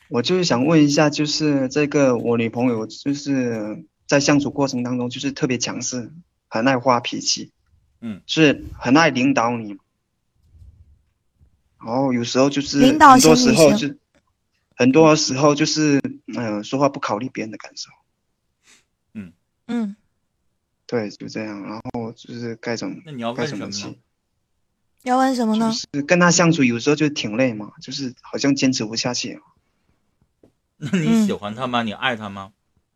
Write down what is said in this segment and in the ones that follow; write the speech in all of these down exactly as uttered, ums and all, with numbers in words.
我就是想问一下，就是这个我女朋友就是在相处过程当中就是特别强势，很爱发脾气， 嗯， 是很爱领导你，然后有时候就是领导很多型女性。 时候就很多时候就是嗯、呃说话不考虑别人的感受， 嗯嗯， 对，就这样，然后就是该怎么那你要该问什么呢？ 怎么去， 要问什么呢？ 就是跟她相处有时候就挺累嘛，就是好像坚持不下去。 那你喜欢他吗？你爱他吗？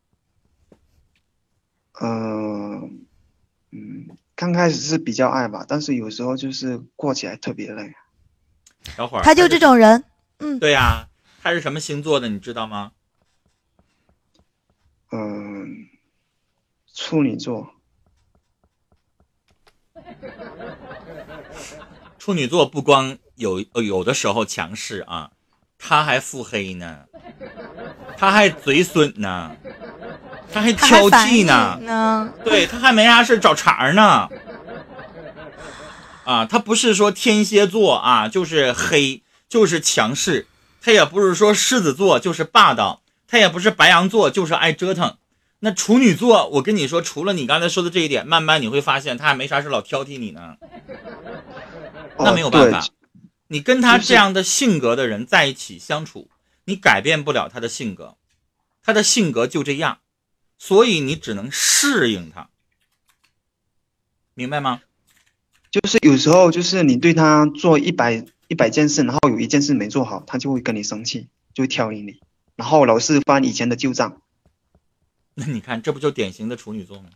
嗯、嗯，刚开始是比较爱吧，但是有时候就是过起来特别累。 小伙儿， 他就这种人。嗯， 对呀、啊，他是什么星座的？你知道吗？ 嗯，处女座。 处女座不光有有的时候强势啊，他还腹黑呢，他还嘴损呢，他还挑剔呢， 呢。 对，他还没啥事找茬呢。啊，他不是说天蝎座啊，就是黑，就是强势；他也不是说狮子座就是霸道，他也不是白羊座就是爱折腾。那处女座，我跟你说，除了你刚才说的这一点，慢慢你会发现他还没啥事老挑剔你呢。那没有办法，你跟他这样的性格的人在一起相处，你改变不了他的性格，他的性格就这样，所以你只能适应他，明白吗？ 就是有时候就是你对他做一百一百件事，然后有一件事没做好，他就会跟你生气，就会挑你你，然后老是翻以前的旧账。 那你看，这不就典型的处女座吗？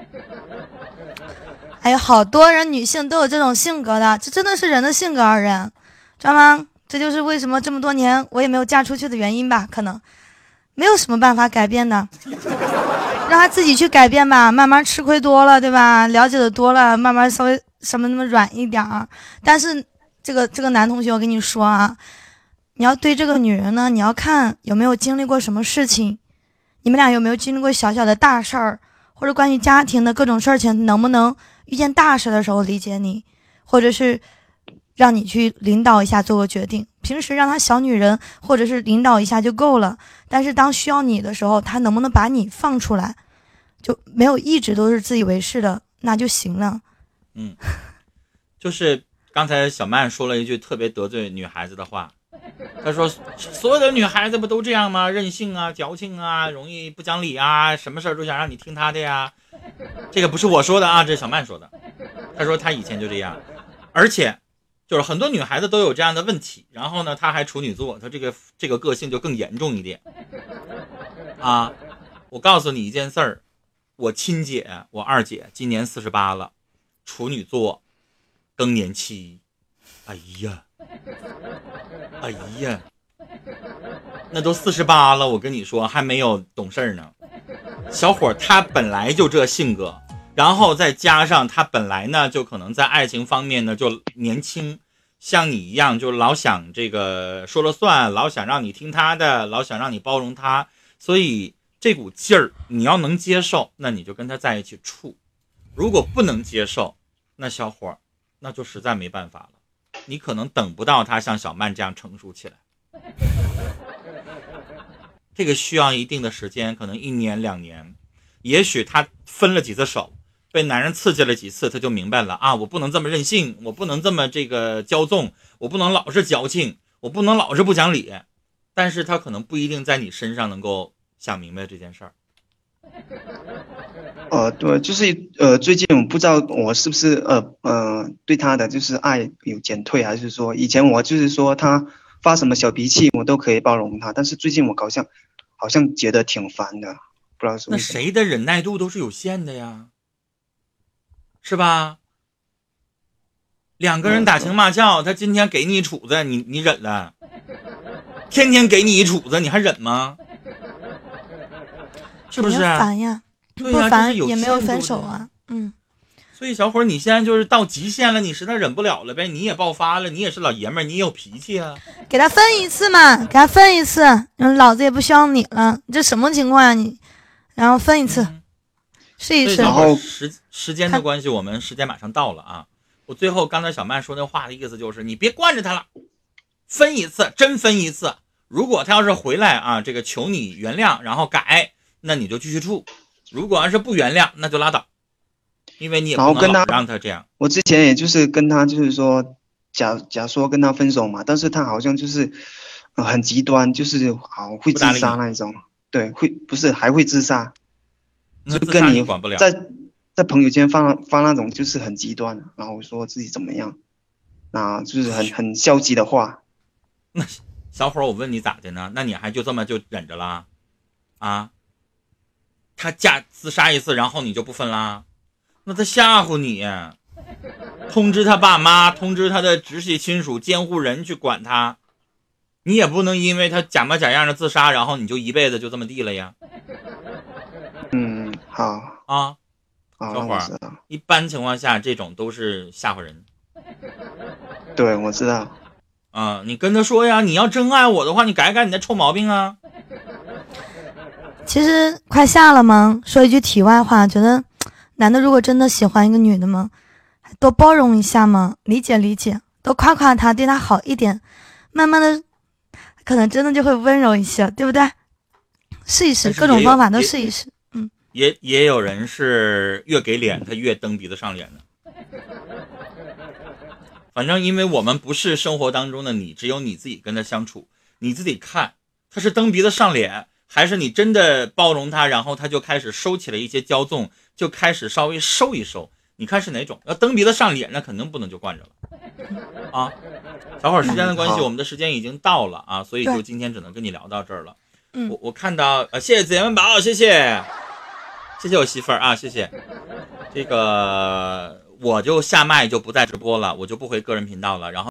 还有好多人女性都有这种性格的，这真的是人的性格而人，知道吗？这就是为什么这么多年我也没有嫁出去的原因吧，可能没有什么办法改变的，让他自己去改变吧，慢慢吃亏多了，对吧？了解的多了，慢慢稍微什么那么软一点儿。但是这个这个男同学，我跟你说啊，你要对这个女人呢，你要看有没有经历过什么事情，你们俩有没有经历过小小的大事儿，或者关于家庭的各种事情，能不能遇见大事的时候理解你，或者是让你去领导一下做个决定。平时让她小女人或者是领导一下就够了，但是当需要你的时候，她能不能把你放出来，就没有一直都是自以为是的，那就行了。 嗯，就是刚才小曼说了一句特别得罪女孩子的话，她说所有的女孩子不都这样吗？任性啊，矫情啊，容易不讲理啊，什么事都想让你听她的呀。这个不是我说的啊，这是小曼说的。她说她以前就这样，而且就是很多女孩子都有这样的问题，然后呢，她还处女座，她这个这个个性就更严重一点啊。我告诉你一件事儿，我亲姐，我二姐今年四十八了，处女座，更年期。哎呀，哎呀，那都四十八了，我跟你说还没有懂事呢。小伙他本来就这性格，然后再加上他本来呢就可能在爱情方面呢就年轻，像你一样就老想这个说了算，老想让你听他的，老想让你包容他，所以这股劲儿你要能接受，那你就跟他在一起处；如果不能接受，那小伙那就实在没办法了，你可能等不到他像小曼这样成熟起来。这个需要一定的时间，可能一年两年，也许他分了几次手，被男人刺激了几次，他就明白了啊，我不能这么任性，我不能这么这个骄纵，我不能老是矫情，我不能老是不讲理。但是他可能不一定在你身上能够想明白这件事儿。 呃，对，就是呃，最近我不知道我是不是呃呃对他的就是爱有减退，还是说以前我就是说他发什么小脾气我都可以包容他，但是最近我好像好像觉得挺烦的，不知道是为什么。 那谁的忍耐度都是有限的呀，是吧？两个人打情骂俏，他今天给你一杵子，你你忍了；天天给你一杵子，你还忍吗？是不是？ 烦呀， 对呀， 不烦有也没有分手啊。嗯。 所以小伙你现在就是到极限了，你实在忍不了了呗，你也爆发了，你也是老爷们儿，你也有脾气啊。 给他分一次嘛，给他分一次，老子也不需要你了，你这什么情况呀你？然后分一次， 嗯、 试一次。 然后时时间的关系，我们时间马上到了啊。我最后刚才小曼说那话的意思就是，你别惯着他了，分一次，真分一次。 如果他要是回来啊，这个求你原谅，然后改，那你就继续处；如果要是不原谅，那就拉倒，因为你也不能老让他这样。 我之前也就是跟他就是说假假说跟他分手嘛，但是他好像就是、呃、很极端，就是好会自杀那一种，对，会不是还会自杀， 就跟你管不了， 在在朋友圈发发那种就是很极端，然后说自己怎么样，那就是很很消极的话。 那小伙，我问你咋的呢？那你还就这么就忍着啦？啊？他假自杀一次，然后你就不分啦？那他吓唬你，通知他爸妈，通知他的直系亲属、监护人去管他。你也不能因为他假模假样的自杀，然后你就一辈子就这么地了呀。 嗯，好啊， 小伙，一般情况下这种都是吓唬人。 对，我知道。 啊，你跟他说呀，你要真爱我的话，你改改你的臭毛病啊。 其实快下了吗？说一句题外话，觉得男的如果真的喜欢一个女的嘛，多包容一下嘛，理解理解，多夸夸她，对她好一点，慢慢的可能真的就会温柔一些，对不对？试一试，各种方法都试一试。嗯， 也也有人是越给脸他越蹬鼻子上脸的。反正因为我们不是生活当中的你，只有你自己跟他相处，你自己看他是蹬鼻子上脸，还是你真的包容他，然后他就开始收起了一些骄纵，就开始稍微收一收，你看是哪种？要蹬鼻子上脸，那肯定不能就惯着了啊。小伙，时间的关系，我们的时间已经到了啊，所以就今天只能跟你聊到这儿了。我我看到呃，谢谢子言宝，谢谢谢谢我媳妇儿啊，谢谢。这个我就下麦就不再直播了，我就不回个人频道了，然后